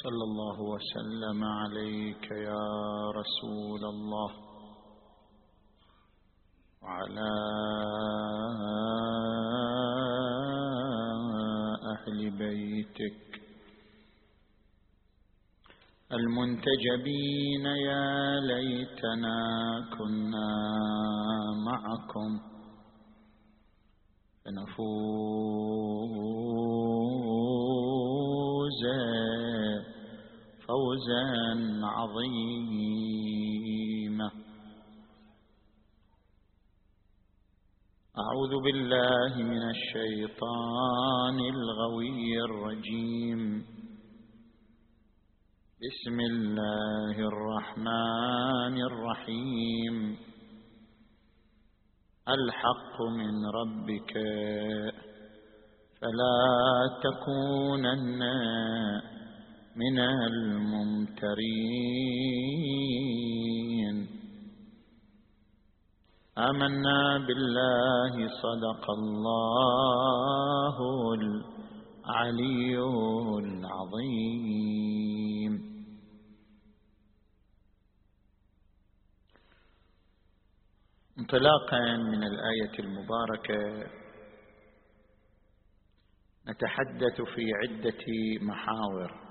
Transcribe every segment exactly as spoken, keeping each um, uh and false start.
صلى الله وسلم عليك يا رسول الله وعلى أهل بيتك المنتجبين. يا ليتنا كنا معكم فنفوز فوزا عظيما. أعوذ بالله من الشيطان الغوي الرجيم. بسم الله الرحمن الرحيم. الحق من ربك فلا تكونن من الممترين. آمنا بالله صدق الله العلي العظيم. انطلاقا من الآية المباركة نتحدث في عدة محاور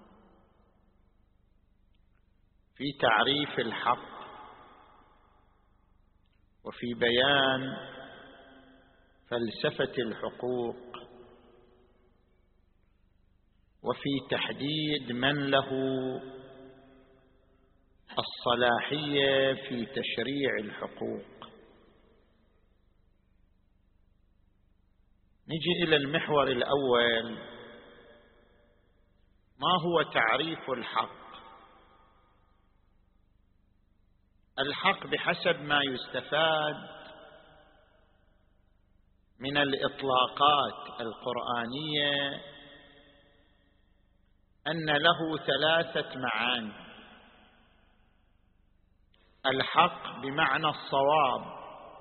في تعريف الحق وفي بيان فلسفة الحقوق وفي تحديد من له الصلاحية في تشريع الحقوق. نجي إلى المحور الأول، ما هو تعريف الحق؟ الحق بحسب ما يستفاد من الإطلاقات القرآنية أن له ثلاثة معاني. الحق بمعنى الصواب،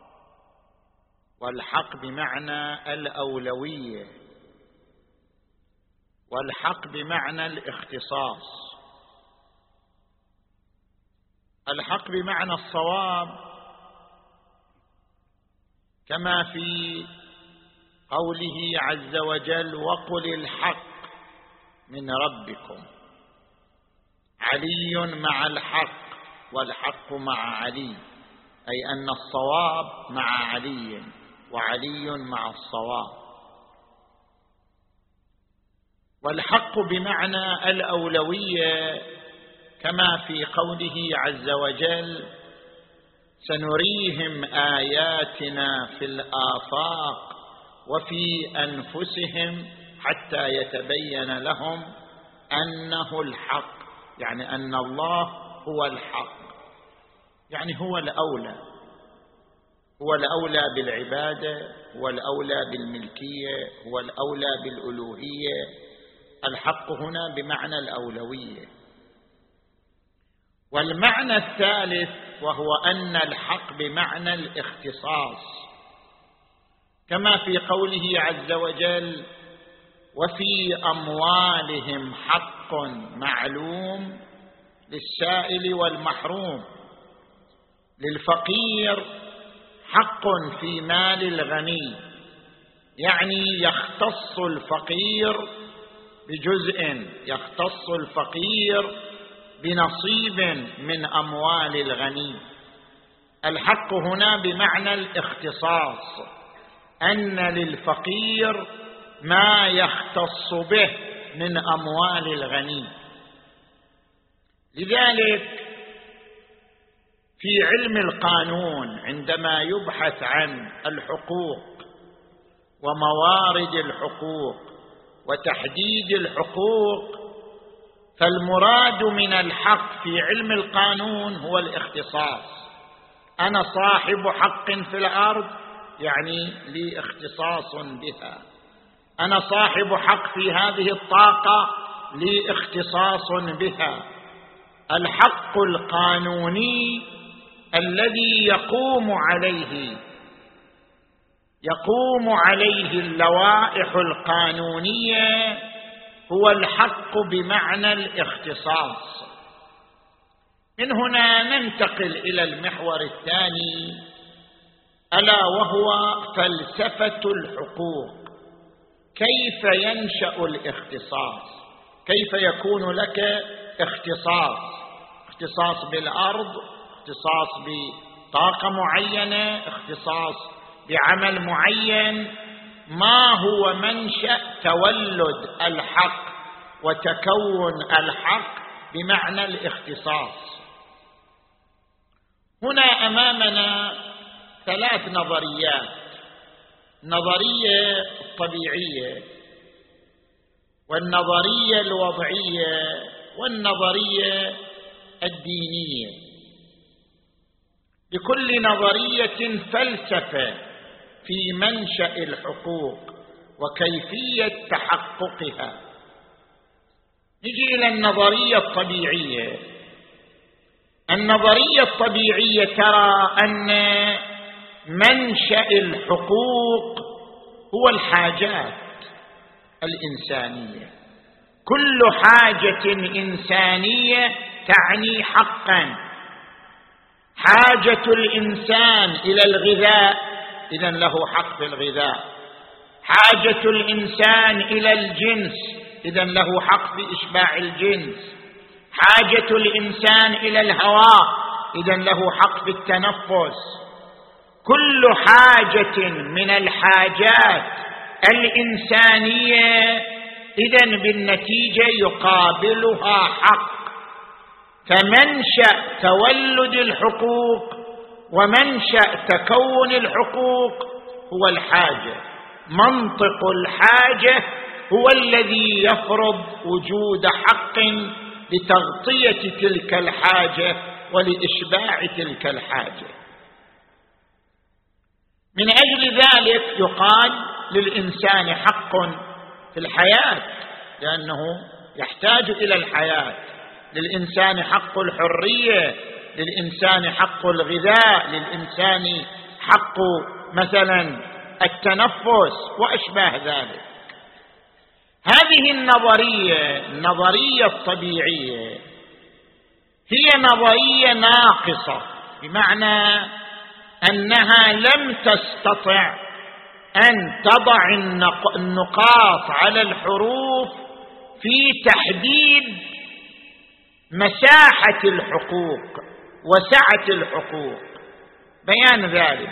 والحق بمعنى الأولوية، والحق بمعنى الاختصاص. الحق بمعنى الصواب كما في قوله عز وجل: وقل الحق من ربكم. علي مع الحق والحق مع علي، أي أن الصواب مع علي وعلي مع الصواب. والحق بمعنى الأولوية كما في قوله عز وجل: سنريهم آياتنا في الآفاق وفي أنفسهم حتى يتبين لهم أنه الحق، يعني أن الله هو الحق، يعني هو الأولى، هو الأولى بالعبادة، هو الأولى بالملكية، هو الأولى بالألوهية. الحق هنا بمعنى الأولوية. والمعنى الثالث وهو أن الحق بمعنى الاختصاص كما في قوله عز وجل: وفي أموالهم حق معلوم للسائل والمحروم. للفقير حق في مال الغني، يعني يختص الفقير بجزء، يختص الفقير بنصيب من أموال الغني. الحق هنا بمعنى الاختصاص، أن للفقير ما يختص به من أموال الغني. لذلك في علم القانون عندما يبحث عن الحقوق وموارد الحقوق وتحديد الحقوق، فالمراد من الحق في علم القانون هو الاختصاص. أنا صاحب حق في الأرض، يعني لي اختصاص بها. أنا صاحب حق في هذه الطاقة، لي اختصاص بها. الحق القانوني الذي يقوم عليه يقوم عليه اللوائح القانونية هو الحق بمعنى الاختصاص. من هنا ننتقل إلى المحور الثاني، ألا وهو فلسفة الحقوق. كيف ينشأ الاختصاص؟ كيف يكون لك اختصاص؟ اختصاص بالأرض، اختصاص بطاقة معينة، اختصاص بعمل معين. ما هو منشأ تولد الحق وتكون الحق بمعنى الاختصاص؟ هنا أمامنا ثلاث نظريات: النظرية الطبيعية، والنظرية الوضعية، والنظرية الدينية. لكل نظرية فلسفة في منشأ الحقوق وكيفية تحققها. نجي إلى النظرية الطبيعية. النظرية الطبيعية ترى أن منشأ الحقوق هو الحاجات الإنسانية. كل حاجة إنسانية تعني حقا. حاجة الإنسان إلى الغذاء، إذن له حق في الغذاء. حاجة الإنسان إلى الجنس، إذن له حق في إشباع الجنس. حاجة الإنسان إلى الهواء، إذن له حق في التنفس. كل حاجة من الحاجات الإنسانية إذن بالنتيجة يقابلها حق. فمنشأ تولد الحقوق ومنشأ تكون الحقوق هو الحاجة. منطق الحاجة هو الذي يفرض وجود حق لتغطية تلك الحاجة ولإشباع تلك الحاجة. من أجل ذلك يقال للإنسان حق في الحياة، لأنه يحتاج إلى الحياة. للإنسان حق الحرية، للإنسان حق الغذاء، للإنسان حق مثلا التنفس وأشباه ذلك. هذه النظرية النظرية الطبيعية هي نظرية ناقصة، بمعنى أنها لم تستطع أن تضع النقاط على الحروف في تحديد مساحة الحقوق وسعة الحقوق. بيان ذلك: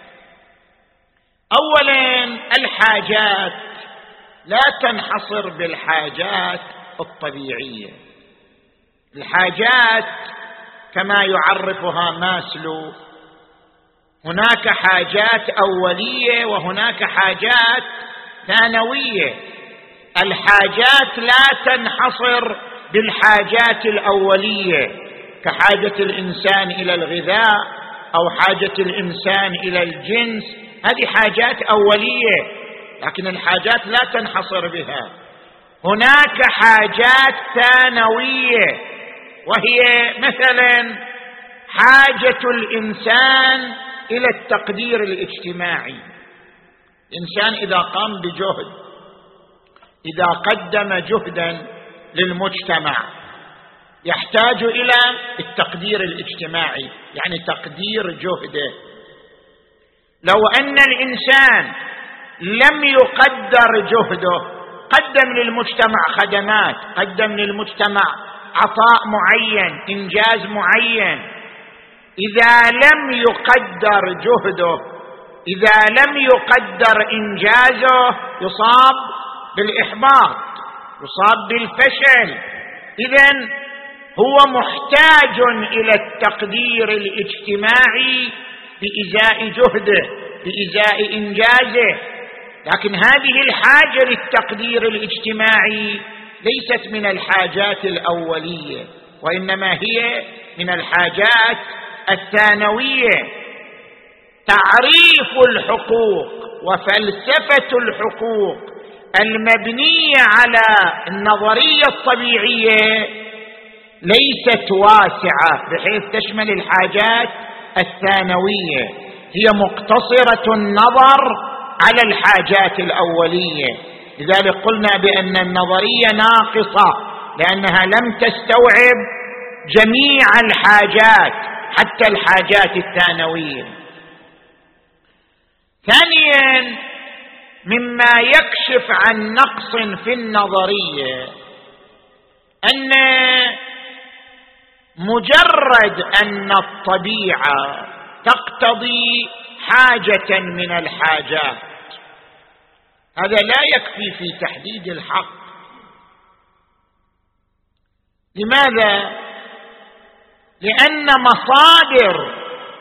أولا، الحاجات لا تنحصر بالحاجات الطبيعية. الحاجات كما يعرفها ماسلو، هناك حاجات أولية وهناك حاجات ثانوية. الحاجات لا تنحصر بالحاجات الأولية كحاجة الإنسان إلى الغذاء أو حاجة الإنسان إلى الجنس، هذه حاجات أولية، لكن الحاجات لا تنحصر بها. هناك حاجات ثانوية، وهي مثلا حاجة الإنسان إلى التقدير الاجتماعي. الإنسان إذا قام بجهد، إذا قدم جهدا للمجتمع، يحتاج إلى التقدير الاجتماعي، يعني تقدير جهده. لو أن الإنسان لم يقدر جهده، قدم للمجتمع خدمات، قدم للمجتمع عطاء معين، إنجاز معين، إذا لم يقدر جهده، إذا لم يقدر إنجازه، يصاب بالإحباط، يصاب بالفشل. إذن هو محتاج إلى التقدير الاجتماعي بإزاء جهده، بإزاء إنجازه. لكن هذه الحاجة للتقدير الاجتماعي ليست من الحاجات الأولية، وإنما هي من الحاجات الثانوية. تعريف الحقوق وفلسفة الحقوق المبنية على النظرية الطبيعية ليست واسعة بحيث تشمل الحاجات الثانوية، هي مقتصرة النظر على الحاجات الأولية. لذلك قلنا بأن النظرية ناقصة لأنها لم تستوعب جميع الحاجات حتى الحاجات الثانوية. ثانيا مما يكشف عن نقص في النظرية أن مجرد أن الطبيعة تقتضي حاجة من الحاجات هذا لا يكفي في تحديد الحق. لماذا؟ لأن مصادر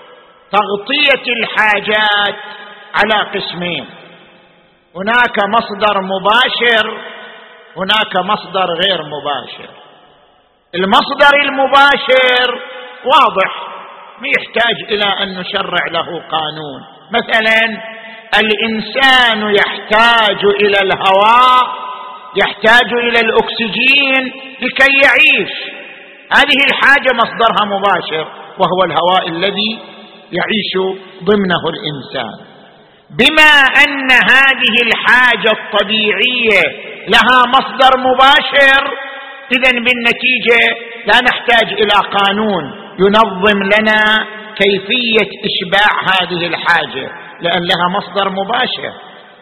تغطية الحاجات على قسمين، هناك مصدر مباشر، هناك مصدر غير مباشر. المصدر المباشر واضح ما يحتاج إلى أن نشرع له قانون، مثلا الإنسان يحتاج إلى الهواء، يحتاج إلى الأكسجين لكي يعيش، هذه الحاجة مصدرها مباشر وهو الهواء الذي يعيش ضمنه الإنسان. بما أن هذه الحاجة الطبيعية لها مصدر مباشر إذن بالنتيجة لا نحتاج إلى قانون ينظم لنا كيفية إشباع هذه الحاجة لأن لها مصدر مباشر.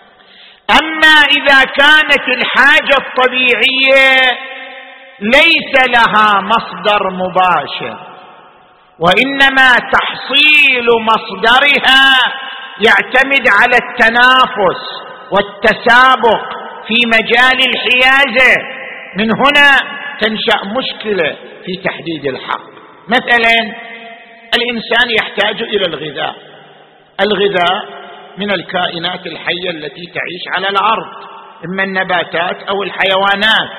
أما إذا كانت الحاجة الطبيعية ليس لها مصدر مباشر وإنما تحصيل مصدرها يعتمد على التنافس والتسابق في مجال الحيازة، من هنا تنشأ مشكلة في تحديد الحق. مثلا الإنسان يحتاج إلى الغذاء، الغذاء من الكائنات الحية التي تعيش على الأرض إما النباتات أو الحيوانات.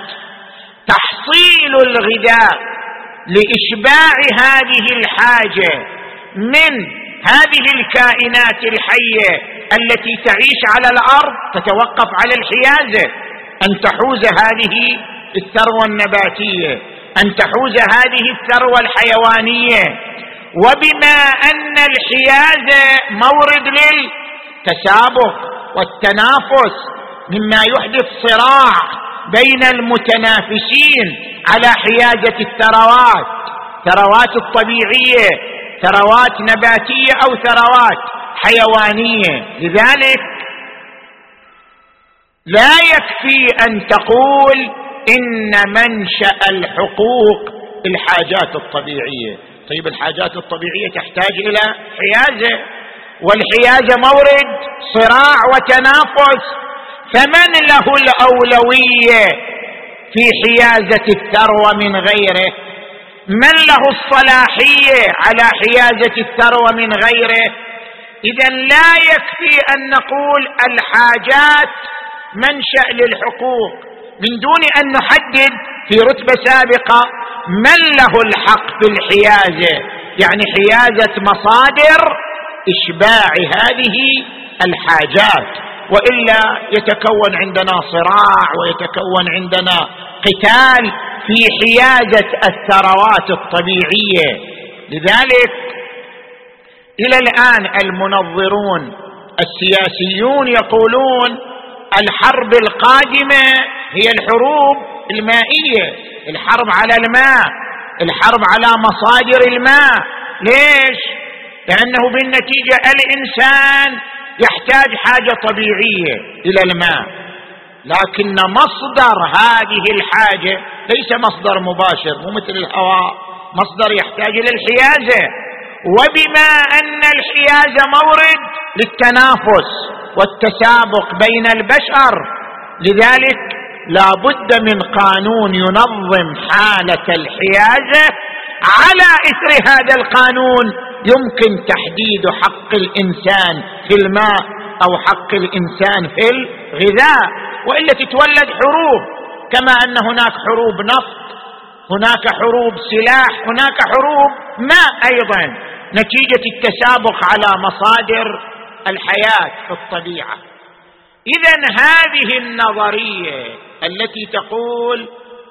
تحصيل الغذاء لإشباع هذه الحاجة من هذه الكائنات الحية التي تعيش على الأرض تتوقف على الحيازة، أن تحوز هذه الثروة النباتية، أن تحوز هذه الثروة الحيوانية. وبما أن الحيازة مورد للتسابق والتنافس مما يحدث صراع بين المتنافسين على حيازة الثروات، ثروات الطبيعية، ثروات نباتية أو ثروات حيوانية. لذلك لا يكفي أن تقول إن منشأ الحقوق الحاجات الطبيعية. طيب الحاجات الطبيعية تحتاج إلى حيازة، والحيازة مورد صراع وتنافس، فمن له الأولوية في حيازة الثروة من غيره؟ من له الصلاحية على حيازة الثروة من غيره؟ إذن لا يكفي أن نقول الحاجات منشأ للحقوق من دون أن نحدد في رتبة سابقة من له الحق في الحيازة، يعني حيازة مصادر إشباع هذه الحاجات، وإلا يتكون عندنا صراع ويتكون عندنا قتال في حيازة الثروات الطبيعية. لذلك إلى الآن المنظرون السياسيون يقولون الحرب القادمة هي الحروب المائية، الحرب على الماء، الحرب على مصادر الماء. ليش؟ لأنه بالنتيجة الإنسان يحتاج حاجة طبيعية إلى الماء، لكن مصدر هذه الحاجة ليس مصدر مباشر، مو مثل الهواء، مصدر يحتاج إلى الحيازة. وبما أن الحيازة مورد للتنافس والتسابق بين البشر، لذلك لا بد من قانون ينظم حالة الحيازة. على إثر هذا القانون يمكن تحديد حق الإنسان في الماء أو حق الإنسان في الغذاء، وإلا تتولد حروب، كما أن هناك حروب نفط، هناك حروب سلاح، هناك حروب ماء أيضا نتيجة التسابق على مصادر الحياة في الطبيعة. إذن هذه النظرية التي تقول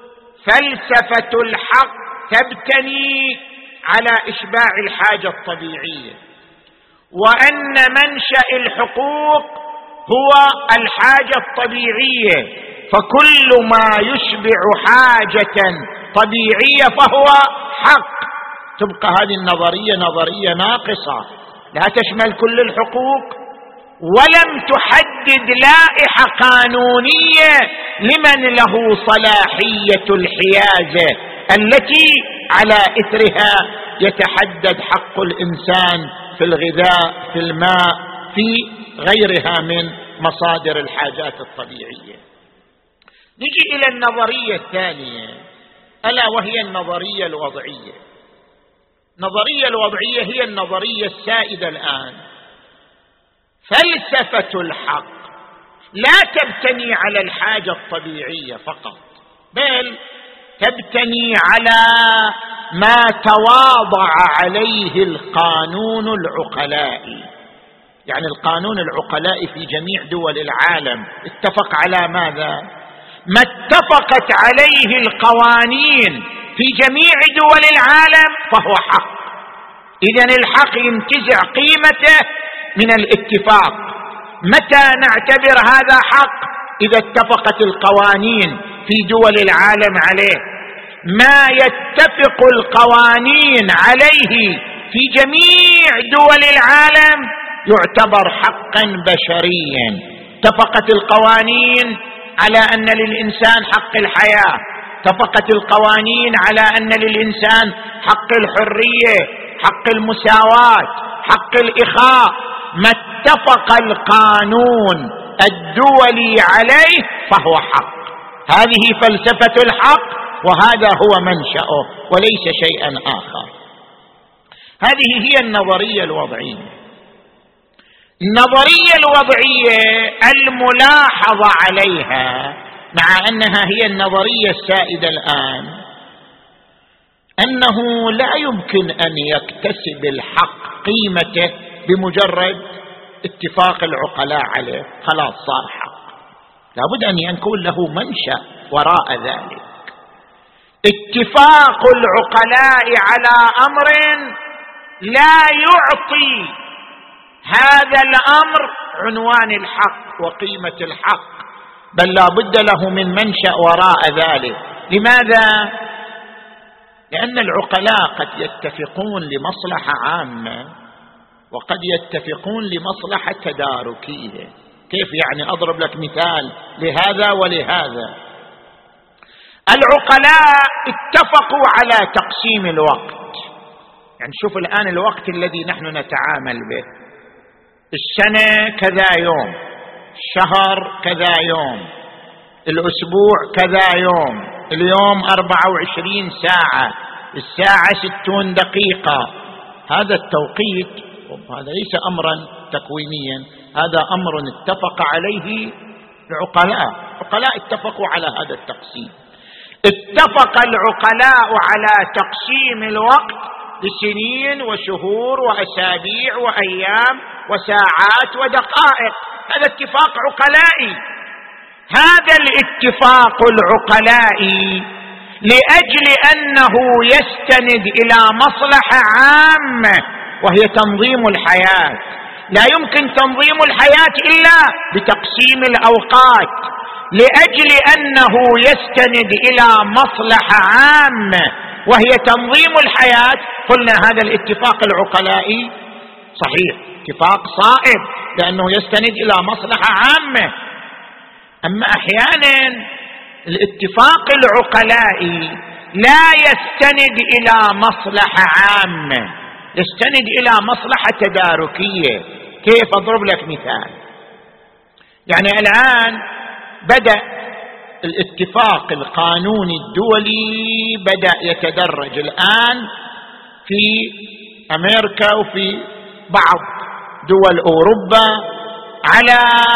فلسفة الحق تبتني على إشباع الحاجة الطبيعية، وأن منشأ الحقوق هو الحاجة الطبيعية، فكل ما يشبع حاجة طبيعية فهو حق. تبقى هذه النظرية نظرية ناقصة لا تشمل كل الحقوق، ولم تحدد لائحة قانونية لمن له صلاحية الحيازة التي على إثرها يتحدد حق الإنسان في الغذاء، في الماء، في غيرها من مصادر الحاجات الطبيعية. نجي إلى النظرية الثانية، ألا وهي النظرية الوضعية. النظرية الوضعية هي النظرية السائدة الآن. فلسفة الحق لا تبتني على الحاجة الطبيعية فقط، بل تبتني على ما تواضع عليه القانون العقلائي. يعني القانون العقلائي في جميع دول العالم اتفق على ماذا؟ ما اتفقت عليه القوانين في جميع دول العالم فهو حق. إذن الحق ينتزع قيمته من الاتفاق. متى نعتبر هذا حق؟ إذا اتفقت القوانين في دول العالم عليه. ما يتفق القوانين عليه في جميع دول العالم يعتبر حقا بشريا. اتفقت القوانين على أن للإنسان حق الحياة، اتفقت القوانين على أن للإنسان حق الحرية، حق المساواة، حق الإخاء. ما اتفق القانون الدولي عليه فهو حق. هذه فلسفة الحق، وهذا هو منشأه وليس شيئا آخر. هذه هي النظرية الوضعية. النظرية الوضعية الملاحظة عليها مع أنها هي النظرية السائدة الآن أنه لا يمكن أن يكتسب الحق قيمته بمجرد اتفاق العقلاء عليه خلاص صار حق. لابد أن يكون له منشأ وراء ذلك. اتفاق العقلاء على أمر لا يعطي هذا الأمر عنوان الحق وقيمة الحق، بل لا بد له من منشأ وراء ذلك. لماذا؟ لأن العقلاء قد يتفقون لمصلحة عامة وقد يتفقون لمصلحة تداركية. كيف يعني؟ أضرب لك مثال لهذا ولهذا. العقلاء اتفقوا على تقسيم الوقت. يعني شوف الآن الوقت الذي نحن نتعامل به، السنة كذا يوم، الشهر كذا يوم، الأسبوع كذا يوم، اليوم أربعة وعشرين ساعة، الساعة ستون دقيقة. هذا التوقيت هذا ليس أمرا تكوينيا، هذا أمر اتفق عليه العقلاء. العقلاء اتفقوا على هذا التقسيم. اتفق العقلاء على تقسيم الوقت لسنين وشهور وأسابيع وأيام وساعات ودقائق. هذا اتفاق عقلائي. هذا الاتفاق العقلائي لأجل أنه يستند إلى مصلحة عامة وهي تنظيم الحياة. لا يمكن تنظيم الحياة إلا بتقسيم الأوقات. لأجل أنه يستند إلى مصلحة عامة وهي تنظيم الحياة، قلنا هذا الاتفاق العقلائي صحيح، اتفاق صائب لأنه يستند إلى مصلحة عامة. أما أحيانا الاتفاق العقلائي لا يستند إلى مصلحة عامة، يستند إلى مصلحة تداركية. كيف؟ أضرب لك مثال. يعني الآن بدأ الاتفاق القانوني الدولي بدأ يتدرج الآن في أمريكا وفي بعض دول أوروبا على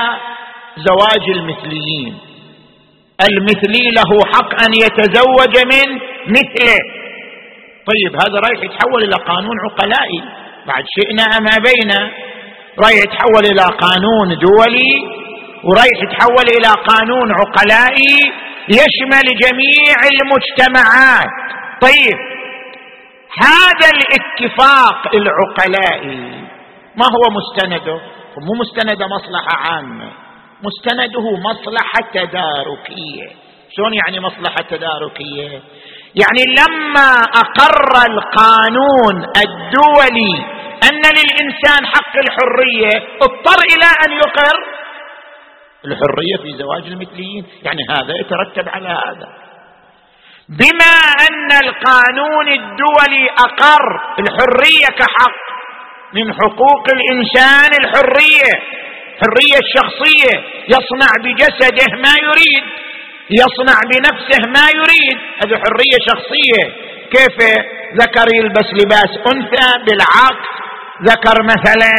زواج المثليين. المثلي له حق أن يتزوج من مثله. طيب هذا رايح يتحول إلى قانون عقلائي بعد شئنا أم أبينا، رايح يتحول إلى قانون دولي ورايح يتحول إلى قانون عقلائي يشمل جميع المجتمعات. طيب هذا الاتفاق العقلائي ما هو مستنده؟ مو مستند مصلحة عامة، مستنده مصلحة تداركية. شلون يعني مصلحة تداركية؟ يعني لما أقر القانون الدولي أن للإنسان حق الحرية اضطر إلى أن يقر الحرية في زواج المثليين، يعني هذا يترتب على هذا. بما أن القانون الدولي أقر الحرية كحق من حقوق الإنسان، الحرية حرية الشخصية، يصنع بجسده ما يريد، يصنع بنفسه ما يريد، هذه حرية شخصية. كيف ذكر يلبس لباس أنثى؟ بالعكس، ذكر مثلا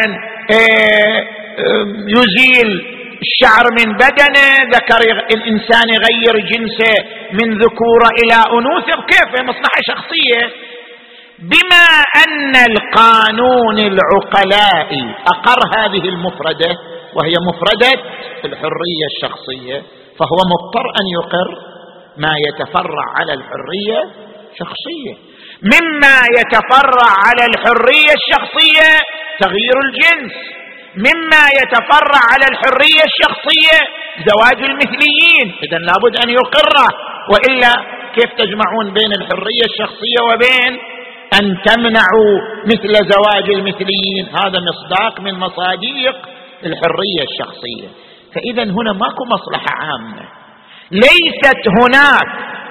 يزيل الشعر من بدنه، ذكر الإنسان يغير جنسه من ذكورة إلى أنوثة، كيف؟ مصلحة شخصية. بما أن القانون العقلائي أقر هذه المفردة وهي مفردة الحرية الشخصية، فهو مضطر أن يقر ما يتفرع على الحرية الشخصية. مما يتفرع على الحرية الشخصية تغيير الجنس، مما يتفرع على الحرية الشخصية زواج المثليين، إذن لابد أن يقره، وإلا كيف تجمعون بين الحرية الشخصية وبين أن تمنعوا مثل زواج المثليين؟ هذا مصداق من مصادق الحرية الشخصية. فإذا هنا ماكو مصلحة عامة، ليست هناك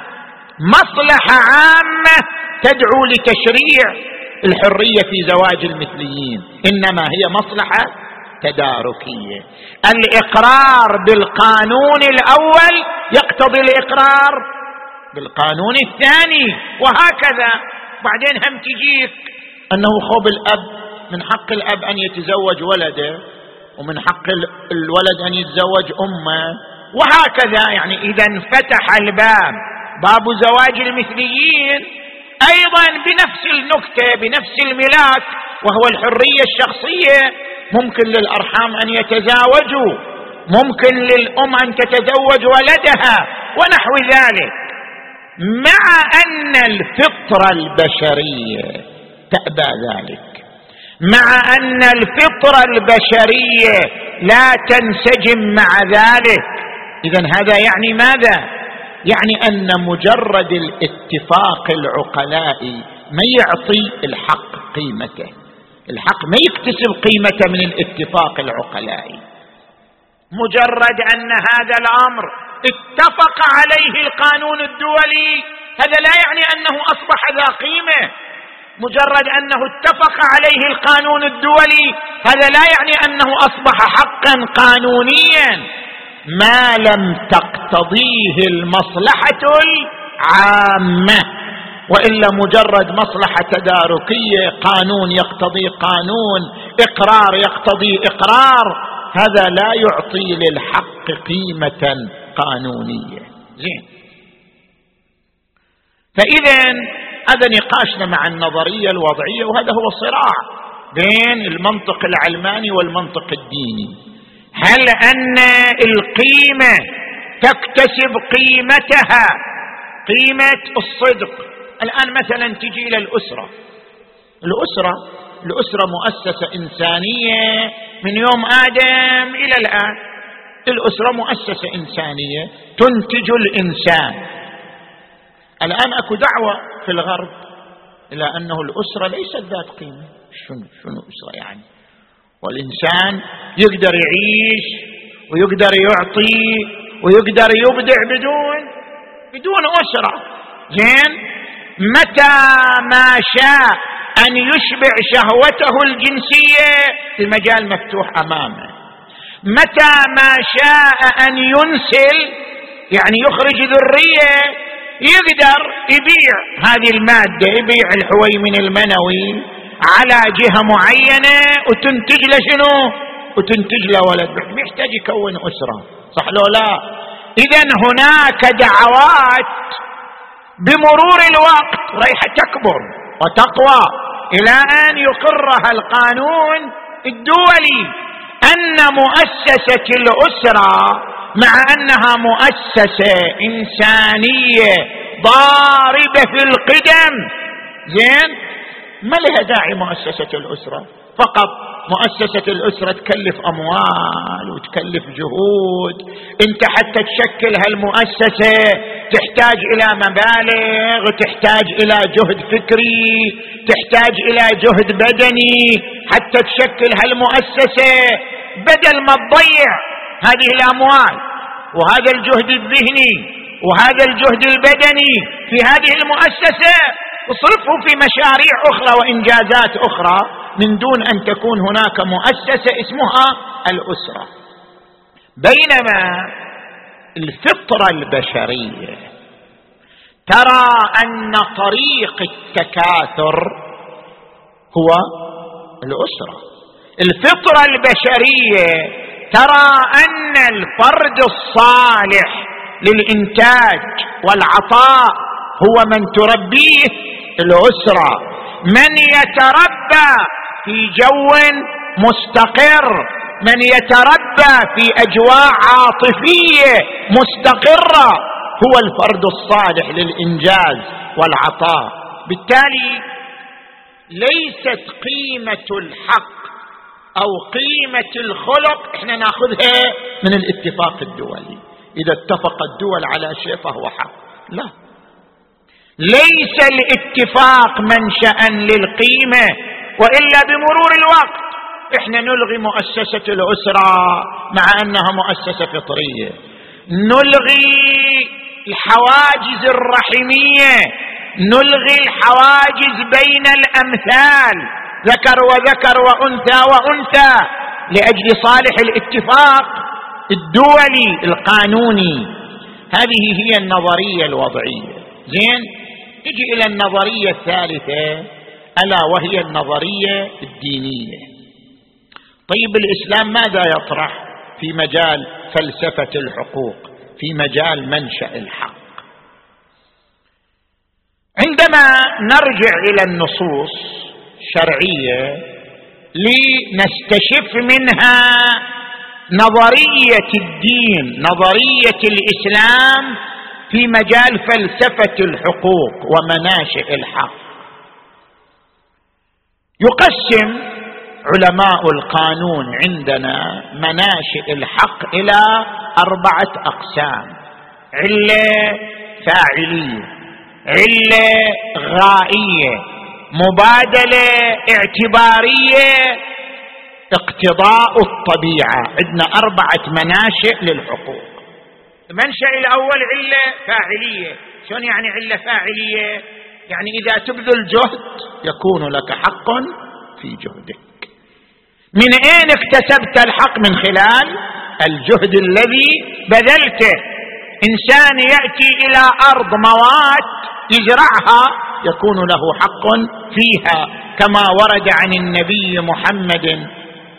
مصلحة عامة تدعو لتشريع الحرية في زواج المثليين، إنما هي مصلحة تداركية. الإقرار بالقانون الأول يقتضي الإقرار بالقانون الثاني، وهكذا. بعدين هم تجيك أنه خوب الأب، من حق الأب أن يتزوج ولده، ومن حق الولد أن يتزوج أمه، وهكذا. يعني إذا انفتح الباب باب زواج المثليين أيضا بنفس النكتة، بنفس الملاك، وهو الحرية الشخصية. ممكن للأرحام أن يتزاوجوا، ممكن للأم أن تتزوج ولدها ونحو ذلك، مع أن الفطرة البشرية تأبى ذلك، مع أن الفطرة البشرية لا تنسجم مع ذلك. إذن هذا يعني ماذا؟ يعني أن مجرد الاتفاق العقلائي ما يعطي الحق قيمته، الحق ما يكتسب قيمته من الاتفاق العقلائي. مجرد أن هذا الأمر اتفق عليه القانون الدولي هذا لا يعني أنه أصبح ذا قيمة. مجرد أنه اتفق عليه القانون الدولي هذا لا يعني أنه أصبح حقا قانونيا، ما لم تقتضيه المصلحة العامة. وإلا مجرد مصلحة تداركية، قانون يقتضي قانون، إقرار يقتضي إقرار، هذا لا يعطي للحق قيمة قانونية. زين، فإذا هذا نقاشنا مع النظرية الوضعية، وهذا هو الصراع بين المنطق العلماني والمنطق الديني. هل أن القيمة تكتسب قيمتها قيمة الصدق؟ الآن مثلا تجي إلى الأسرة، الأسرة الأسرة مؤسسة إنسانية من يوم آدم إلى الآن. الأسرة مؤسسة إنسانية تنتج الإنسان. الآن أكو دعوة في الغرب إلى أنه الأسرة ليست ذات قيمة. شنو شنو أسرة يعني؟ والإنسان يقدر يعيش ويقدر يعطي ويقدر يبدع بدون بدون أسرة. زين، متى ما شاء أن يشبع شهوته الجنسية المجال مفتوح أمامه، متى ما شاء أن ينسل يعني يخرج ذرية يقدر يبيع هذه المادة، يبيع الحويمن المنوي على جهة معينة وتنتج له شنو؟ وتنتج له ولد. يحتاج يكون أسرة، صح لو لا؟ إذن هناك دعوات بمرور الوقت رايحة تكبر وتقوى إلى أن يقرها القانون الدولي أن مؤسسة الأسرة مع أنها مؤسسة إنسانية ضاربة في القدم، زين، ما لها داعي مؤسسة الأسرة؟ فقط مؤسسة الأسرة تكلف أموال وتكلف جهود. أنت حتى تشكل هالمؤسسة تحتاج إلى مبالغ، تحتاج إلى جهد فكري، تحتاج إلى جهد بدني حتى تشكل هالمؤسسة. بدل ما تضيع هذه الأموال وهذا الجهد الذهني وهذا الجهد البدني في هذه المؤسسة، اصرفه في مشاريع أخرى وإنجازات أخرى من دون أن تكون هناك مؤسسة اسمها الأسرة. بينما الفطرة البشرية ترى أن طريق التكاثر هو الأسرة. الفطرة البشرية ترى أن الفرد الصالح للإنتاج والعطاء هو من تربيه الأسرة، من يتربى في جو مستقر، من يتربى في أجواء عاطفية مستقرة هو الفرد الصالح للإنجاز والعطاء. بالتالي ليست قيمة الحق أو قيمة الخلق احنا ناخذها من الاتفاق الدولي، إذا اتفق الدول على شيء فهو حق. لا، ليس الاتفاق منشأ للقيمة، وإلا بمرور الوقت احنا نلغي مؤسسة الأسرة مع أنها مؤسسة فطرية، نلغي الحواجز الرحمية، نلغي الحواجز بين الأمثال ذكر وذكر وأنثى وأنثى لأجل صالح الاتفاق الدولي القانوني. هذه هي النظرية الوضعية. زين، تجي إلى النظرية الثالثة ألا وهي النظرية الدينية. طيب الإسلام ماذا يطرح في مجال فلسفة الحقوق، في مجال منشأ الحق؟ عندما نرجع إلى النصوص الشرعية لنستشف منها نظرية الدين، نظرية الإسلام في مجال فلسفة الحقوق ومناشئ الحق. يقسم علماء القانون عندنا مناشئ الحق إلى أربعة أقسام: علة فاعلية، علة غائية، مبادلة اعتبارية، اقتضاء الطبيعة. عندنا أربعة مناشئ للحقوق. المنشأ الأول علة فاعلية. شلون يعني علة فاعلية؟ يعني إذا تبذل جهد يكون لك حق في جهدك. من أين اكتسبت الحق؟ من خلال الجهد الذي بذلته. إنسان يأتي إلى أرض موات يزرعها يكون له حق فيها، كما ورد عن النبي محمد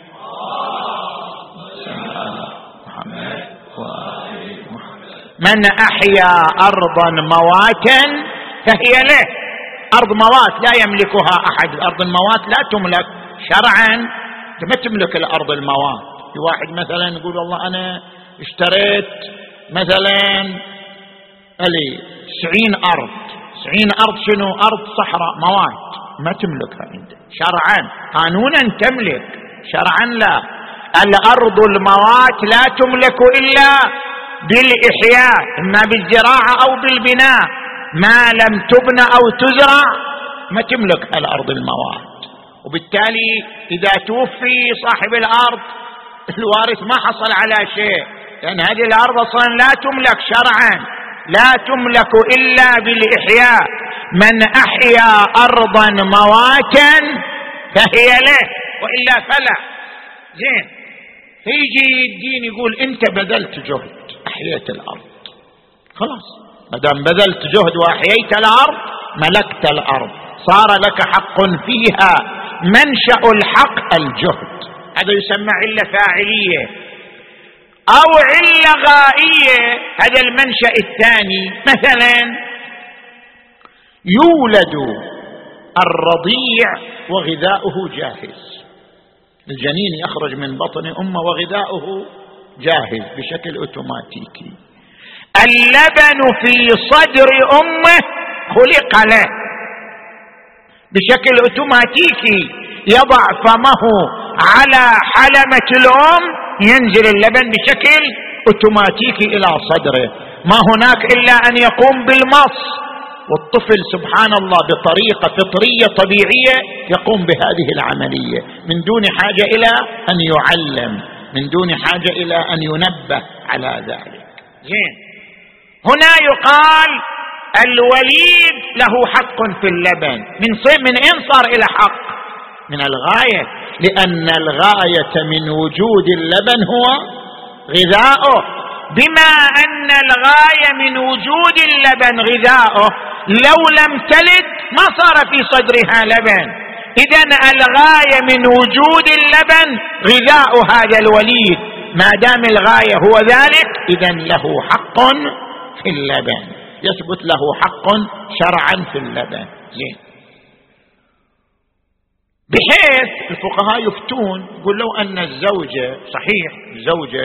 من أحيا أرضا مواتا فهي له. أرض موات لا يملكها أحد، أرض الموات لا تملك شرعا، ما تملك الأرض الموات. في واحد مثلا يقول والله أنا اشتريت مثلا لي تسعين أرض، تسعين أرض شنو؟ أرض صحراء موات، ما تملكها أنت شرعا. قانونا تملك، شرعا لا. الأرض الموات لا تملك إلا بالإحياء، إما بالزراعة أو بالبناء. ما لم تبنى أو تزرع ما تملك الأرض الموات. وبالتالي إذا توفي صاحب الأرض الوارث ما حصل على شيء، لأن هذه الأرض أصلا لا تملك شرعا، لا تملك إلا بالإحياء. من أحيا أرضا مواتا فهي له وإلا فلا. زين، يجي الدين يقول أنت بذلت جهد أحييت الأرض، خلاص ما دام بذلت جهد وأحييت الأرض ملكت الأرض، صار لك حق فيها. منشأ الحق الجهد، هذا يسمى علة فاعلية. أو علة غائية، هذا المنشأ الثاني. مثلا يولد الرضيع وغذاؤه جاهز، الجنين يخرج من بطن أمه وغذاؤه جاهز بشكل أوتوماتيكي. اللبن في صدر أمه خلق له بشكل أوتوماتيكي، يضع فمه على حلمة الأم ينزل اللبن بشكل أوتوماتيكي إلى صدره، ما هناك إلا أن يقوم بالمص، والطفل سبحان الله بطريقة فطرية طبيعية يقوم بهذه العملية من دون حاجة إلى أن يعلم، من دون حاجة إلى أن ينبه على ذلك. زين، هنا يقال الوليد له حق في اللبن. من صير من أين صار إلى حق؟ من الغاية، لأن الغاية من وجود اللبن هو غذاؤه. بما أن الغاية من وجود اللبن غذاؤه، لو لم تلد ما صار في صدرها لبن. إذن الغاية من وجود اللبن غذاء هذا الوليد، ما دام الغاية هو ذلك إذن له حق في اللبن، يثبت له حق شرعا في اللبن. زين، بحيث الفقهاء يفتون يقول لو أن الزوجة، صحيح الزوجة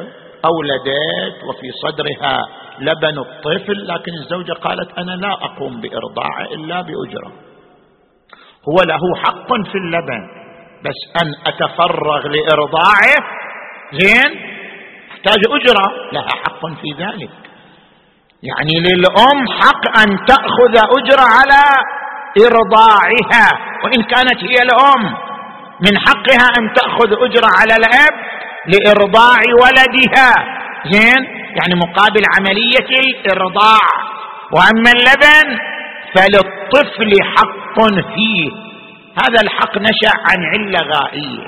أولدت وفي صدرها لبن الطفل، لكن الزوجة قالت أنا لا أقوم بإرضاعه إلا بأجرة، هو له حق في اللبن، بس أن أتفرغ لإرضاعه زين احتاج أجرة، لها حق في ذلك. يعني للأم حق أن تأخذ أجرة على إرضاعها، وإن كانت هي الأم من حقها أن تأخذ أجرة على الأب لإرضاع ولدها. زين، يعني مقابل عملية الإرضاع. وأما اللبن فللطفل حق فيه، هذا الحق نشأ عن علة غائية.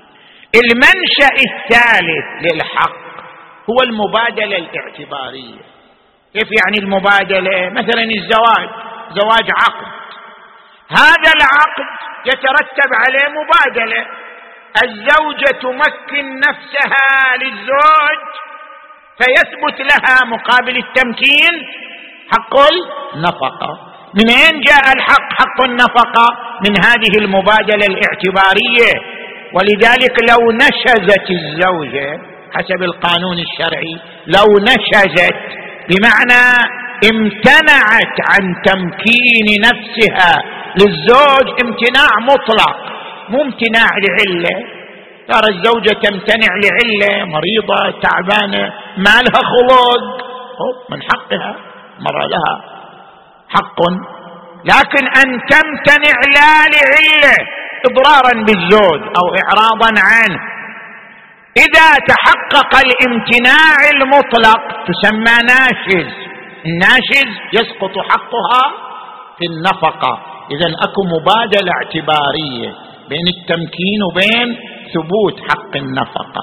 المنشأ الثالث للحق هو المبادلة الاعتبارية. كيف يعني المبادلة؟ مثلا الزواج، زواج عقد، هذا العقد يترتب عليه مبادلة، الزوجة تمكن نفسها للزوج فيثبت لها مقابل التمكين حق النفقة. من أين جاء الحق حق النفقة؟ من هذه المبادلة الاعتبارية. ولذلك لو نشزت الزوجة حسب القانون الشرعي، لو نشزت بمعنى امتنعت عن تمكين نفسها للزوج امتناع مطلق، مو امتناع لعلة، ترى الزوجة تمتنع لعلة مريضة تعبانة ما لها خلق، من حقها مرة لها حق، لكن أن تمتنع لا لعلة إضرارا بالزوج أو إعراضا عنه، إذا تحقق الامتناع المطلق تسمى ناشز. الناشز يسقط حقها في النفقة. إذن أكو مبادلة اعتبارية بين التمكين وبين ثبوت حق النفقة.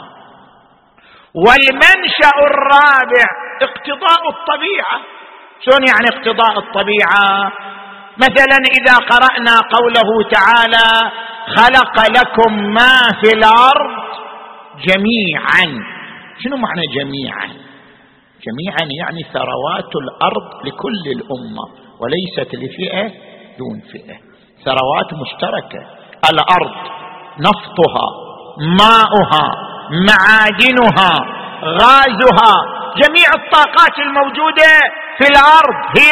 والمنشأ الرابع اقتضاء الطبيعة. شلون يعني اقتضاء الطبيعة؟ مثلا إذا قرأنا قوله تعالى خلق لكم ما في الأرض جميعا، شنو معنى جميعا؟ جميعا يعني ثروات الأرض لكل الأمة وليست لفئة دون فئة، ثروات مشتركة. الأرض نفطها ماؤها معادنها غازها، جميع الطاقات الموجودة في الأرض هي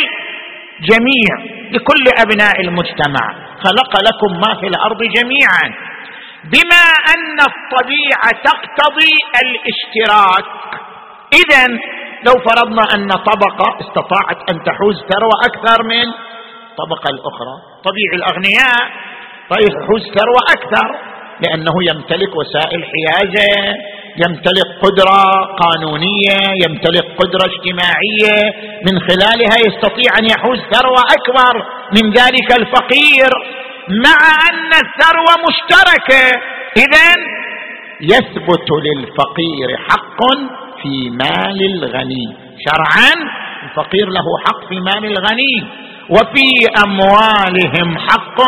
للجميع لكل أبناء المجتمع. خلق لكم ما في الأرض جميعا. بما أن الطبيعة تقتضي الاشتراك، إذن لو فرضنا أن طبقة استطاعت أن تحوز ثروة أكثر من الطبقة الأخرى، طبيعي الأغنياء يحوز ثروة أكثر لأنه يمتلك وسائل حيازة، يمتلك قدرة قانونية، يمتلك قدرة اجتماعية، من خلالها يستطيع أن يحوز ثروة أكبر من ذلك الفقير، مع أن الثروة مشتركة. إذن يثبت للفقير حق في مال الغني شرعا، الفقير له حق في مال الغني، وفي أموالهم حق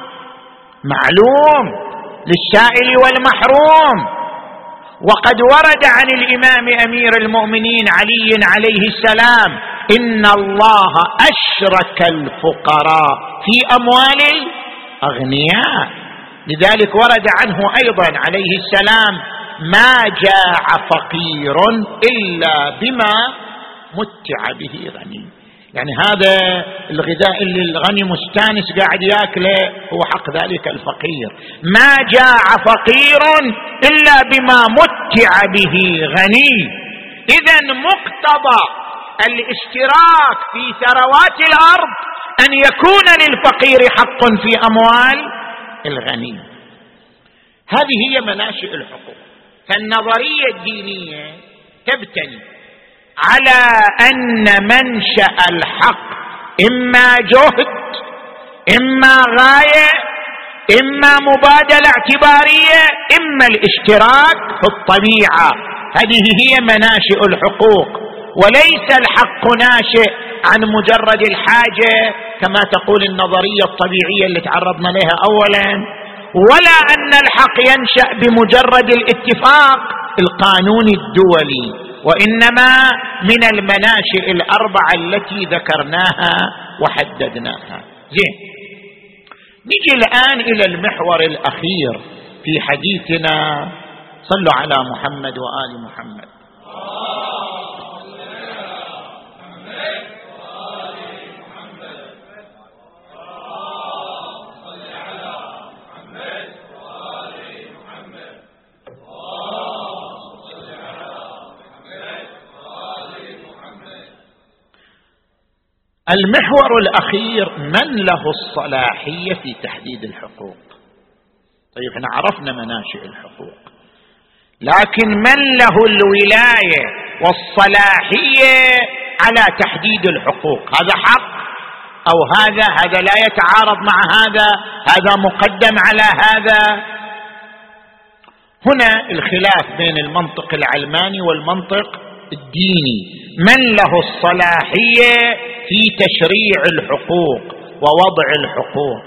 معلوم للسائل والمحروم. وقد ورد عن الإمام أمير المؤمنين علي عليه السلام إن الله أشرك الفقراء في أموال الأغنياء، لذلك ورد عنه أيضا عليه السلام ما جاع فقير إلا بما متع به غني. يعني هذا الغذاء اللي الغني مستانس قاعد ياكله هو حق ذلك الفقير. ما جاع فقير إلا بما متع به غني. إذن مقتضى الاشتراك في ثروات الأرض أن يكون للفقير حق في أموال الغني. هذه هي مناشئ الحقوق. فالنظرية الدينية تبتني على أن منشأ الحق إما جهد، إما غاية، إما مبادلة اعتبارية، إما الاشتراك في الطبيعة. هذه هي مناشئ الحقوق، وليس الحق ناشئ عن مجرد الحاجة كما تقول النظرية الطبيعية اللي تعرضنا لها أولا، ولا أن الحق ينشأ بمجرد الاتفاق القانوني الدولي، وإنما من المناشئ الأربعة التي ذكرناها وحددناها. زين، نجي الآن إلى المحور الأخير في حديثنا. صلوا على محمد وآل محمد. المحور الأخير: من له الصلاحية في تحديد الحقوق؟ طيب احنا عرفنا مناشئ الحقوق، لكن من له الولاية والصلاحية على تحديد الحقوق؟ هذا حق أو هذا؟ هذا لا يتعارض مع هذا، هذا مقدم على هذا. هنا الخلاف بين المنطق العلماني والمنطق الديني. من له الصلاحية في تشريع الحقوق ووضع الحقوق؟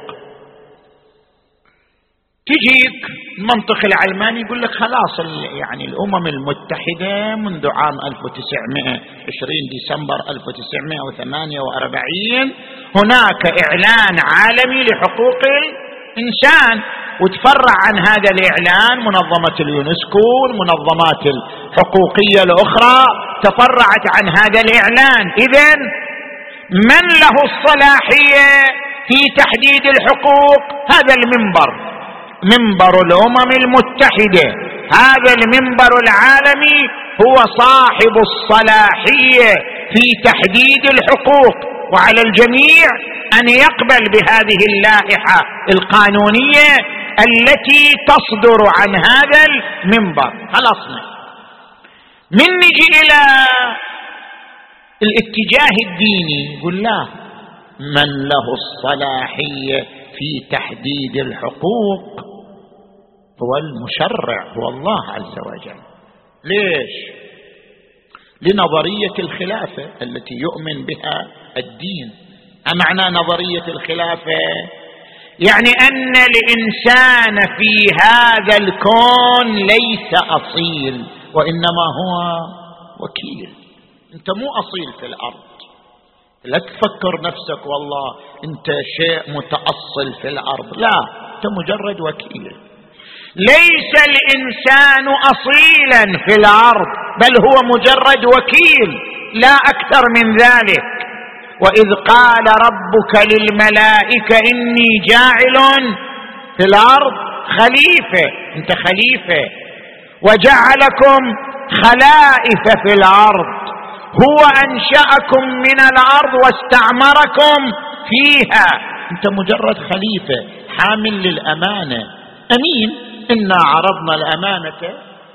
تجيك المنطق العلماني يقول لك خلاص، يعني الأمم المتحدة منذ عام ألف وتسعمائة وعشرين ديسمبر ألف وتسعمائة وثمانية وأربعين هناك إعلان عالمي لحقوق الإنسان، وتفرع عن هذا الإعلان منظمة اليونسكو والمنظمات الحقوقية الأخرى تفرعت عن هذا الإعلان. إذن من له الصلاحية في تحديد الحقوق؟ هذا المنبر، منبر الأمم المتحدة، هذا المنبر العالمي هو صاحب الصلاحية في تحديد الحقوق، وعلى الجميع أن يقبل بهذه اللائحة القانونية التي تصدر عن هذا المنبر. خلصنا. من نجي إلى الاتجاه الديني يقول لا، من له الصلاحية في تحديد الحقوق هو المشرع، هو الله عز وجل. ليش؟ لنظرية الخلافة التي يؤمن بها الدين. أمعنى نظرية الخلافة؟ يعني أن الإنسان في هذا الكون ليس أصيل، وإنما هو وكيل. أنت مو أصيل في الأرض، لا تفكر نفسك والله أنت شيء متأصل في الأرض، لا، أنت مجرد وكيل. ليس الإنسان أصيلا في الأرض، بل هو مجرد وكيل، لا أكثر من ذلك. وإذ قال ربك للملائكة إني جاعل في الأرض خليفة، أنت خليفة، وجعلكم خلائف في الأرض، هو أنشأكم من الأرض واستعمركم فيها. أنت مجرد خليفة حامل للأمانة، أمين. إنا عرضنا الأمانة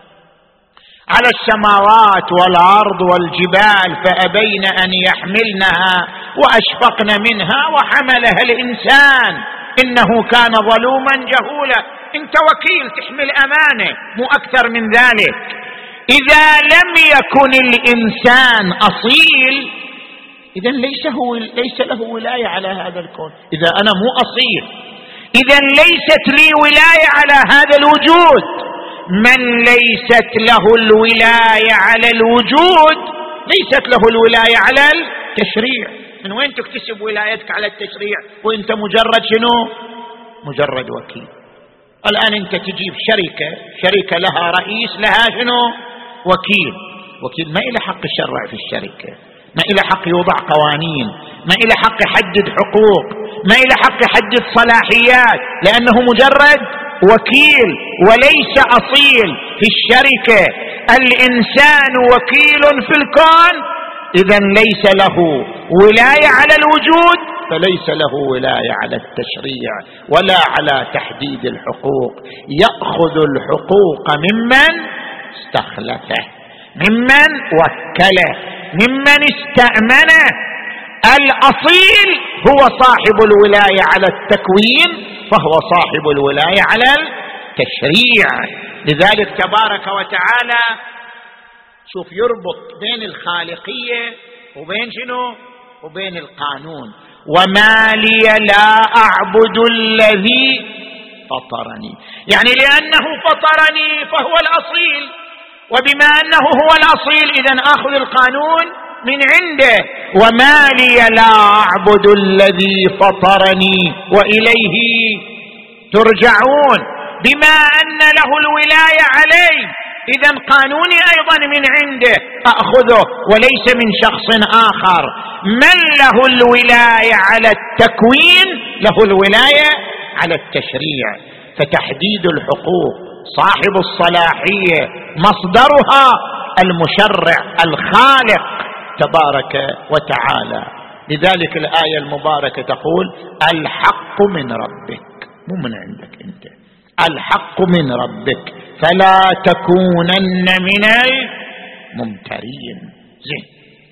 على السماوات والأرض والجبال فأبين أن يحملنها وأشفقن منها وحملها الإنسان إنه كان ظلوما جهولا. أنت وكيل تحمل أمانة، مو أكثر من ذلك. إذا لم يكن الإنسان أصيل إذا ليس هو ليس له ولاية على هذا الكون. إذا أنا مو أصيل إذا ليست لي ولاية على هذا الوجود. من ليست له الولاية على الوجود ليست له الولاية على التشريع. من وين تكتسب ولايتك على التشريع وانت مجرد شنو؟ مجرد وكيل. الآن انت تجيب شركة شركة لها رئيس، لها شنو؟ وكيل. وكيل ما إله حق الشرع في الشركة، ما إلى حق يوضع قوانين، ما إلى حق يحدد حقوق، ما إلى حق يحدد صلاحيات، لأنه مجرد وكيل وليس أصيل في الشركة. الإنسان وكيل في الكون، إذن ليس له ولاية على الوجود، فليس له ولاية على التشريع ولا على تحديد الحقوق. يأخذ الحقوق ممن استخلفه، ممن وكله، ممن استأمنه. الأصيل هو صاحب الولاية على التكوين، فهو صاحب الولاية على التشريع. لذلك تبارك وتعالى شوف يربط بين الخالقية وبين شنو؟ وبين القانون. وما لي لا أعبد الذي فطرني، يعني لأنه فطرني فهو الأصيل، وبما أنه هو الأصيل إذن آخذ القانون من عنده. وما لي لا أعبد الذي فطرني وإليه ترجعون. بما أن له الولاية علي، إذن قانوني أيضا من عنده أخذه وليس من شخص آخر. من له الولاية على التكوين له الولاية على التشريع. فتحديد الحقوق صاحب الصلاحية مصدرها المشرع الخالق تبارك وتعالى. لذلك الآية المباركة تقول الحق من ربك، مو من عندك أنت، الحق من ربك فلا تكونن من الممترين. زين،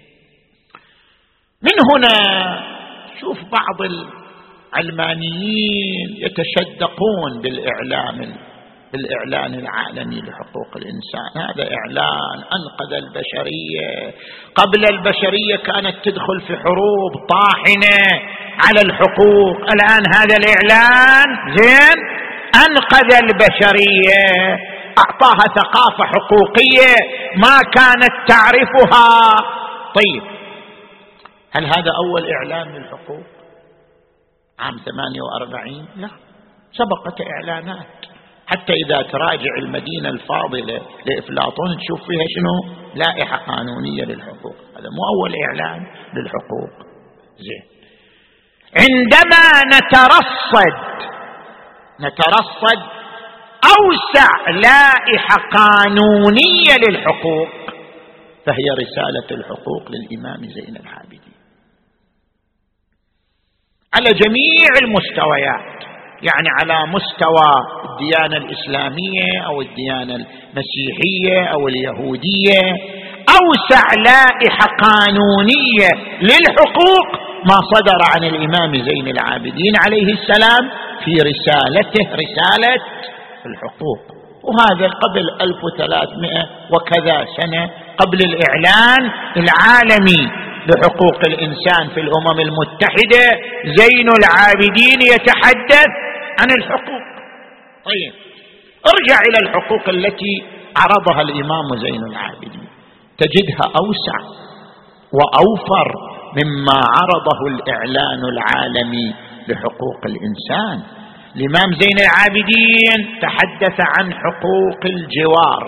من هنا شوف بعض العلمانيين يتشدقون بالإعلام بالإعلان العالمي لحقوق الإنسان. هذا إعلان أنقذ البشرية. قبل البشرية كانت تدخل في حروب طاحنة على الحقوق، الآن هذا الإعلان زين أنقذ البشرية، أعطاها ثقافة حقوقية ما كانت تعرفها. طيب، هل هذا أول إعلان للحقوق عام ثمانية وأربعين؟ لا، سبقت إعلانات. حتى إذا تراجع المدينة الفاضلة لأفلاطون تشوف فيها شنو؟ لائحة قانونية للحقوق. هذا مو أول إعلان للحقوق. زين، عندما نترصد نترصد أوسع لائحة قانونية للحقوق فهي رسالة الحقوق للإمام زين العابدين على جميع المستويات، يعني على مستوى الديانة الإسلامية أو الديانة المسيحية أو اليهودية. أوسع لائحة قانونية للحقوق ما صدر عن الإمام زين العابدين عليه السلام في رسالته، رسالة الحقوق. وهذا قبل ألف وثلاثمائة وكذا سنة، قبل الإعلان العالمي لحقوق الإنسان في الأمم المتحدة، زين العابدين يتحدث عن الحقوق. طيب، ارجع إلى الحقوق التي عرضها الإمام زين العابدين، تجدها أوسع وأوفر مما عرضه الإعلان العالمي لحقوق الإنسان. الإمام زين العابدين تحدث عن حقوق الجوار،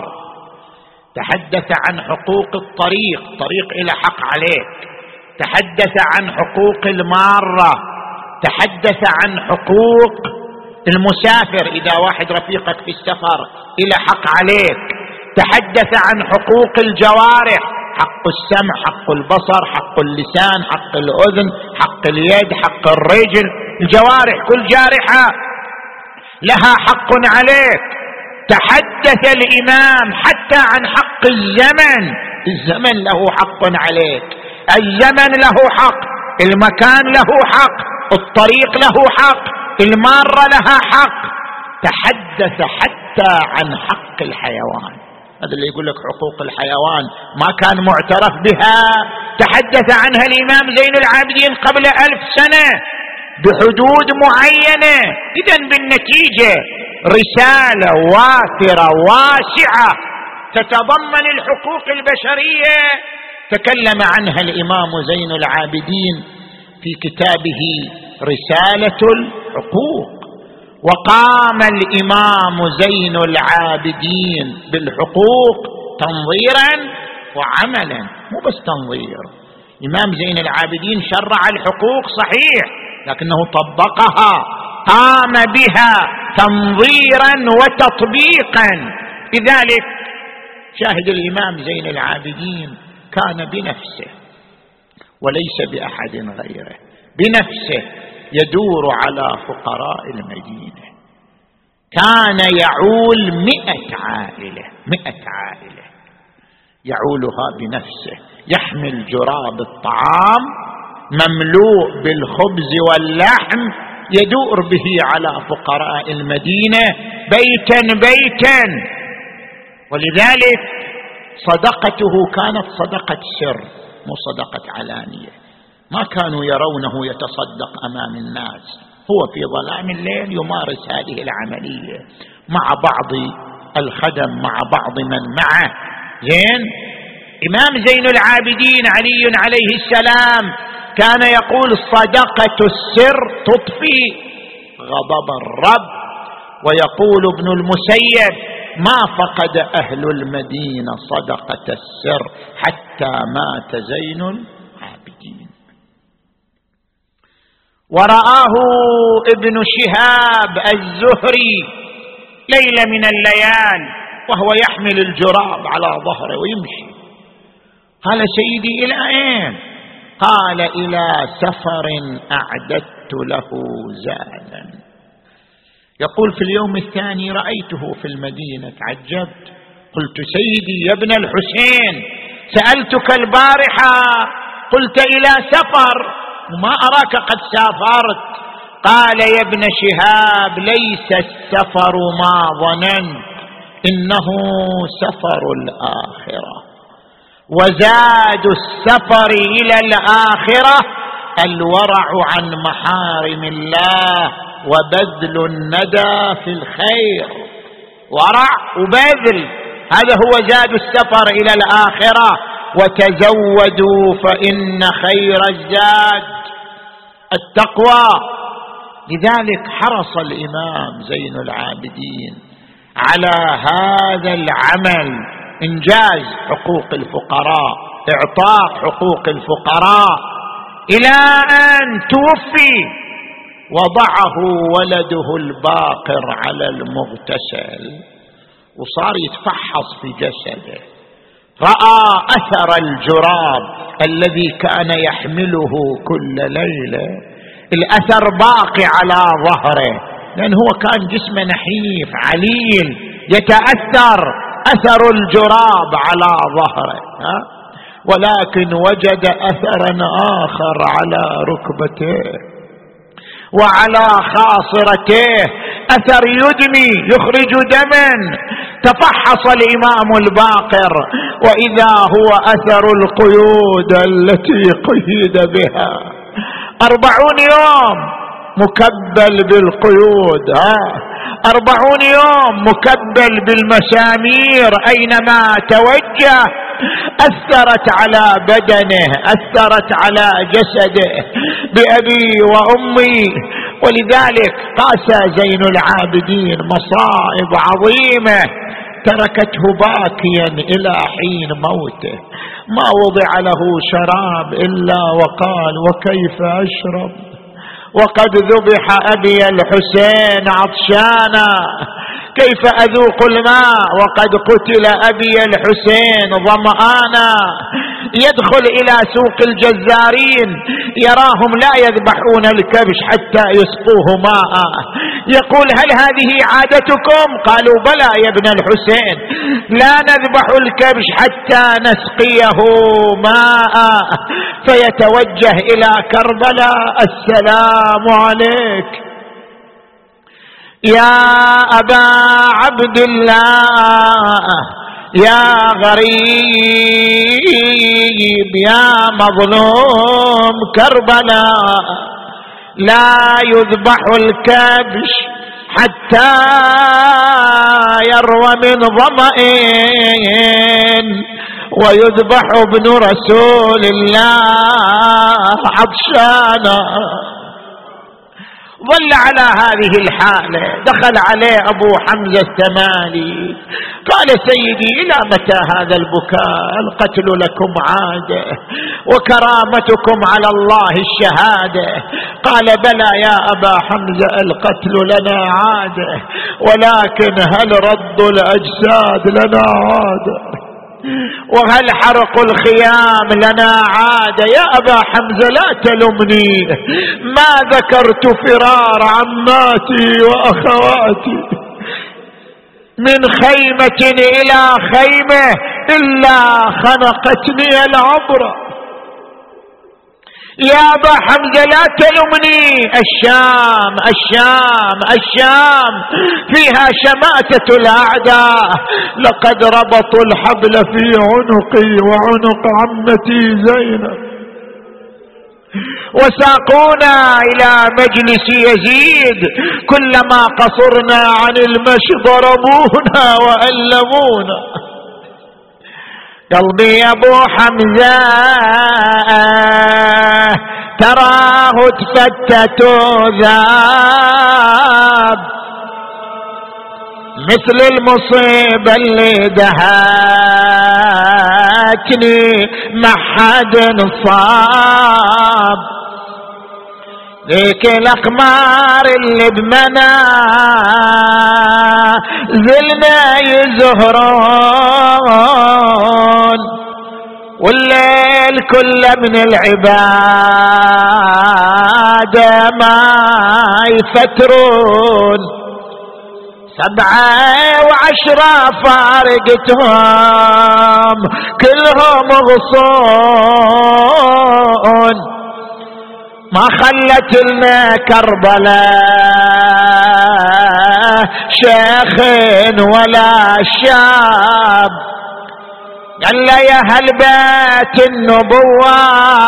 تحدث عن حقوق الطريق، طريق إلى حق عليك، تحدث عن حقوق المارة، تحدث عن حقوق المسافر إذا واحد رفيقك في السفر إلى حق عليك، تحدث عن حقوق الجوارح، حق السمع، حق البصر، حق اللسان، حق الأذن، حق اليد، حق الرجل. الجوارح كل جارحة لها حق عليك. تحدث الإمام حتى عن حق الزمن، الزمن له حق عليك، الزمن له حق، المكان له حق، الطريق له حق، المارة لها حق. تحدث حتى عن حق الحيوان، هذا اللي يقول لك حقوق الحيوان ما كان معترف بها، تحدث عنها الإمام زين العابدين قبل ألف سنة بحدود معينة. إذن بالنتيجة رسالة وافرة واسعة تتضمن الحقوق البشرية تكلم عنها الإمام زين العابدين في كتابه رسالة الحقوق. وقام الإمام زين العابدين بالحقوق تنظيرا وعملا، مو بس تنظير، إمام زين العابدين شرع الحقوق صحيح، لكنه طبقها، قام بها تنظيرا وتطبيقا. لذلك شاهد الإمام زين العابدين كان بنفسه وليس بأحد غيره، بنفسه يدور على فقراء المدينة، كان يعول مئة عائلة مئة عائلة يعولها بنفسه، يحمل جراب الطعام مملوء بالخبز واللحم يدور به على فقراء المدينة بيتا بيتا. ولذلك صدقته كانت صدقة سر مو صدقة علانية، ما كانوا يرونه يتصدق أمام الناس، هو في ظلام الليل يمارس هذه العملية مع بعض الخدم مع بعض من معه. زين إمام زين العابدين علي عليه السلام كان يقول صدقة السر تطفي غضب الرب. ويقول ابن المسيب ما فقد أهل المدينة صدقة السر حتى مات زين العابدين. ورآه ابن شهاب الزهري ليلة من الليال وهو يحمل الجراب على ظهره ويمشي، قال سيدي إلى أين؟ قال إلى سفر أعددت له زادا. يقول في اليوم الثاني رأيته في المدينة تعجبت، قلت سيدي يا ابن الحسين سألتك البارحة قلت إلى سفر وما أراك قد سافرت. قال يا ابن شهاب ليس السفر ما ظننت، إنه سفر الآخرة، وزاد السفر إلى الآخرة الورع عن محارم الله وبذل الندى في الخير. ورع وبذل هذا هو زاد السفر إلى الآخرة. وتزودوا فإن خير الزاد التقوى. لذلك حرص الإمام زين العابدين على هذا العمل، إنجاز حقوق الفقراء، إعطاء حقوق الفقراء، إلى أن توفي وضعه ولده الباقر على المغتسل وصار يتفحص في جسده، رأى أثر الجراب الذي كان يحمله كل ليلة، الأثر باقي على ظهره، لأن هو كان جسمه نحيف عليل يتأثر أثر الجراب على ظهره، ها؟ ولكن وجد أثرا آخر على ركبته وعلى خاصرته، أثر يدمي يخرج دما. تفحص الإمام الباقر وإذا هو أثر القيود التي قيد بها، أربعون يوم مكبل بالقيود، ها أربعون يوم مكبل بالمسامير أينما توجه، أثرت على بدنه أثرت على جسده بأبي وأمي. ولذلك قاسى زين العابدين مصائب عظيمة تركته باكيا إلى حين موته، ما وضع له شراب إلا وقال وكيف أشرب وقد ذبح أبي الحسين عطشانا، كيف أذوق الماء وقد قتل أبي الحسين ظمآنا. يدخل إلى سوق الجزارين يراهم لا يذبحون الكبش حتى يسقوه ماء، يقول هل هذه عادتكم؟ قالوا بلى يا ابن الحسين، لا نذبح الكبش حتى نسقيه ماء. فيتوجه إلى كربلاء السلام عليك يا أبا عبد الله، يا غريب يا مظلوم كربلاء، لا يذبح الكبش حتى يروى من ظمأ، ويذبح ابن رسول الله عطشانا. ظل على هذه الحالة. دخل عليه أبو حمزة الثمالي قال: سيدي إلى متى هذا البكاء؟ القتل لكم عادة وكرامتكم على الله الشهادة. قال: بلى يا أبا حمزة، القتل لنا عادة، ولكن هل رد الأجساد لنا عادة؟ وهل حرق الخيام لنا عادة؟ يا أبا حمزة لا تلمني، ما ذكرت فرار عماتي وأخواتي من خيمة إلى خيمة إلا خنقتني العبرة. يا أبا حمزة لا تلمني، الشام الشام الشام فيها شماتة الأعداء، لقد ربطوا الحبل في عنقي وعنق عمتي زينب وساقونا إلى مجلس يزيد، كلما قصرنا عن المشي ضربونا وألمونا. قلبي يا ابو حمزة تراه تفتت ذاب، مثل المصيبة اللي دهاتني ما حد صاب. ذيك الأقمار اللي بمنازلنا يزهرون، والليل كله من العبادة ما يفترون. سبعة وعشرة فارقتهم كلهم غصون، ما خلت لنا كربلاء شيخ ولا شاب. قال له: يا هل بيت النبوة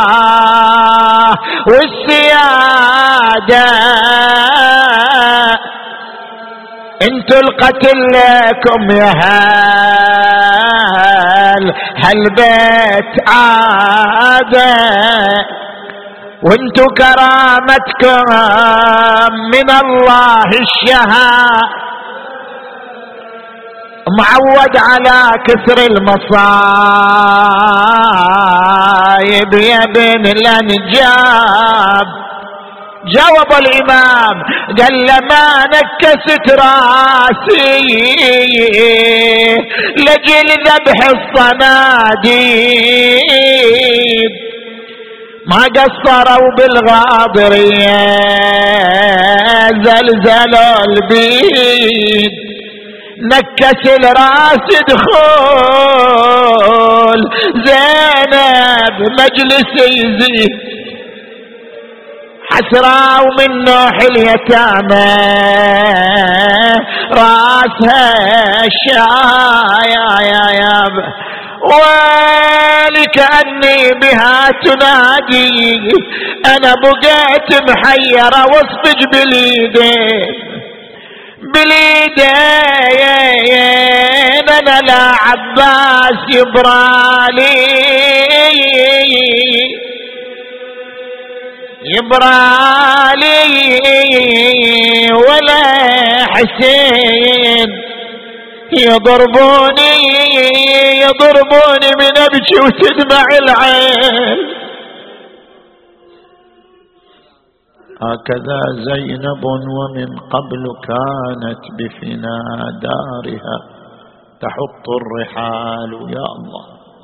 والسيادة، انتوا القتل لكم يا هل هل بيت عادة، وانتو كرامتكم من الله الشهاء. معود على كثر المصايب يا ابن الانجاب. جاوب الامام قال: لما نكست راسي لجل ذبح الصناديد، ما قصروا بالغاضرية زلزلوا البيد. نكس الراس دخول زينب مجلس يزيد، حسرة ومن نوح اليتامى راسها الشايا يا يا ولكأني بها تنادي، أنا بقيت محيرة واصفج باليدين باليدين، أنا لا عباس يبرالي يبرالي ولا حسين، يضربوني يضربوني من ابكي وتدمع العين. هكذا زينب ومن قبل كانت بفنا دارها تحط الرحال. يا الله،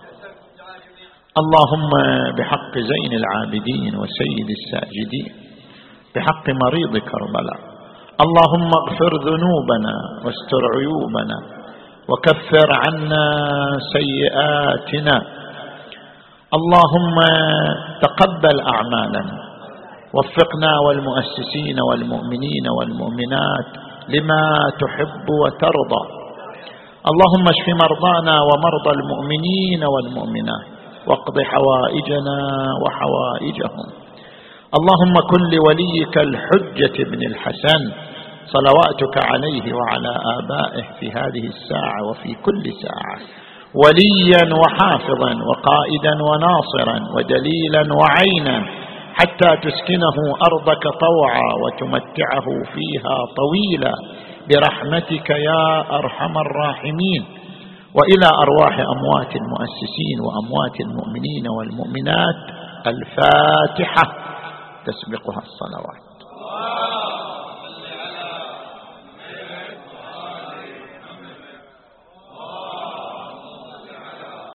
اللهم بحق زين العابدين وسيد الساجدين، بحق مريض كربلاء، اللهم اغفر ذنوبنا واستر عيوبنا وكفر عنا سيئاتنا. اللهم تقبل أعمالنا، وفقنا والمؤسسين والمؤمنين والمؤمنات لما تحب وترضى. اللهم اشف مرضانا ومرضى المؤمنين والمؤمنات، واقض حوائجنا وحوائجهم. اللهم كن لوليك الحجة بن الحسن صلواتك عليه وعلى آبائه في هذه الساعة وفي كل ساعة وليا وحافظا وقائدا وناصرا ودليلا وعينا حتى تسكنه أرضك طوعا وتمتعه فيها طويلا برحمتك يا أرحم الراحمين. وإلى أرواح أموات المؤسسين وأموات المؤمنين والمؤمنات الفاتحة تسبقها الصلوات.